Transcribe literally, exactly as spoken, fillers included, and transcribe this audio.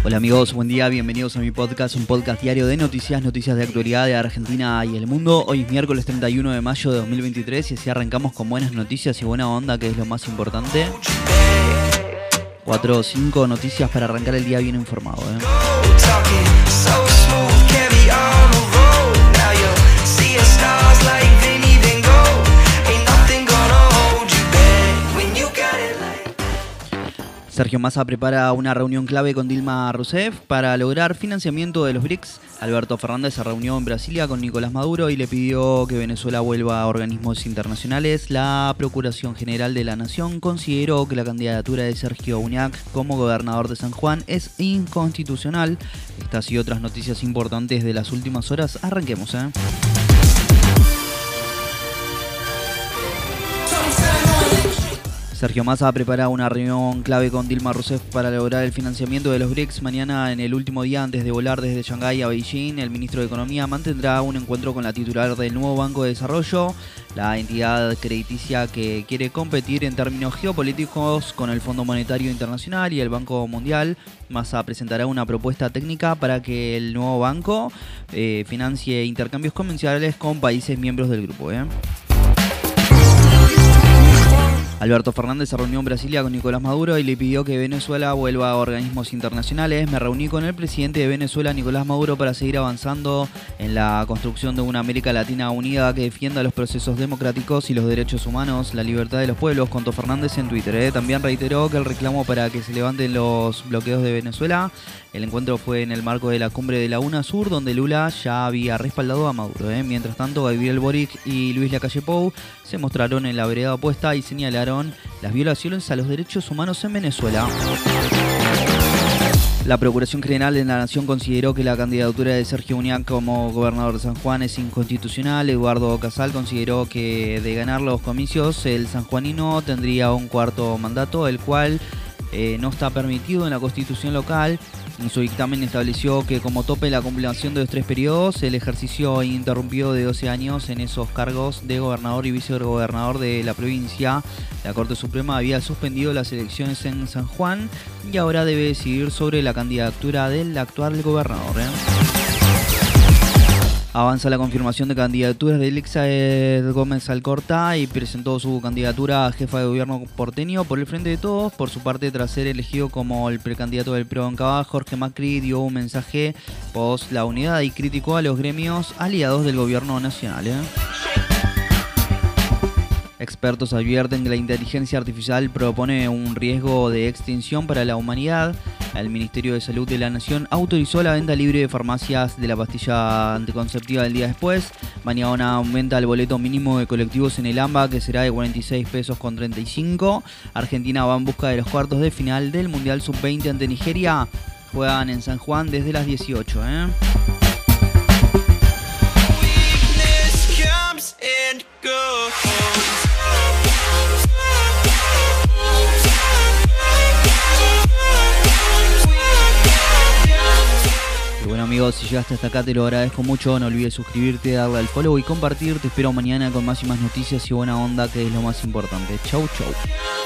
Hola amigos, buen día, bienvenidos a mi podcast, un podcast diario de noticias, noticias de actualidad de Argentina y el mundo. Hoy es miércoles treinta y uno de mayo de dos mil veintitrés y así arrancamos con buenas noticias y buena onda, que es lo más importante. Cuatro o cinco noticias para arrancar el día bien informado, ¿eh? Sergio Massa prepara una reunión clave con Dilma Rousseff para lograr financiamiento de los B R I C S. Alberto Fernández se reunió en Brasilia con Nicolás Maduro y le pidió que Venezuela vuelva a organismos internacionales. La Procuración General de la Nación consideró que la candidatura de Sergio Uñac como gobernador de San Juan es inconstitucional. Estas y otras noticias importantes de las últimas horas. Arranquemos, ¿eh? Sergio Massa prepara una reunión clave con Dilma Rousseff para lograr el financiamiento de los B R I C S. Mañana, en el último día antes de volar desde Shanghái a Beijing, el ministro de Economía mantendrá un encuentro con la titular del nuevo Banco de Desarrollo, la entidad crediticia que quiere competir en términos geopolíticos con el Fondo Monetario Internacional y el Banco Mundial. Massa presentará una propuesta técnica para que el nuevo banco eh, financie intercambios comerciales con países miembros del grupo, ¿eh? Alberto Fernández se reunió en Brasilia con Nicolás Maduro y le pidió que Venezuela vuelva a organismos internacionales. Me reuní con el presidente de Venezuela, Nicolás Maduro, para seguir avanzando en la construcción de una América Latina unida que defienda los procesos democráticos y los derechos humanos, la libertad de los pueblos, contó Fernández en Twitter, ¿eh? También reiteró que el reclamo para que se levanten los bloqueos de Venezuela. El encuentro fue en el marco de la cumbre de la UNASUR, donde Lula ya había respaldado a Maduro, ¿eh? Mientras tanto, Gabriel Boric y Luis Lacalle Pou se mostraron en la vereda opuesta y señalaron las violaciones a los derechos humanos en Venezuela. La Procuración General de la Nación consideró que la candidatura de Sergio Uñac como gobernador de San Juan es inconstitucional. Eduardo Casal consideró que de ganar los comicios, el sanjuanino tendría un cuarto mandato, el cual eh, no está permitido en la Constitución local. En su dictamen estableció que como tope la acumulación de los tres periodos, el ejercicio interrumpido de doce años en esos cargos de gobernador y vicegobernador de la provincia. La Corte Suprema había suspendido las elecciones en San Juan y ahora debe decidir sobre la candidatura del actual gobernador, ¿eh? Avanza la confirmación de candidaturas de Elixaed Gómez Alcorta y presentó su candidatura a jefa de gobierno porteño por el Frente de Todos. Por su parte, tras ser elegido como el precandidato del P R O en Cava, Jorge Macri dio un mensaje post la unidad y criticó a los gremios aliados del gobierno nacional, ¿eh? Expertos advierten que la inteligencia artificial propone un riesgo de extinción para la humanidad. El Ministerio de Salud de la Nación autorizó la venta libre de farmacias de la pastilla anticonceptiva del día después. Mañana aumenta el boleto mínimo de colectivos en el AMBA, que será de cuarenta y seis pesos con treinta y cinco. Argentina va en busca de los cuartos de final del Mundial sub veinte ante Nigeria. Juegan en San Juan desde las dieciocho, ¿eh? Bueno amigos, si llegaste hasta acá te lo agradezco mucho, no olvides suscribirte, darle al follow y compartir. Te espero mañana con más y más noticias y buena onda, que es lo más importante. Chau chau.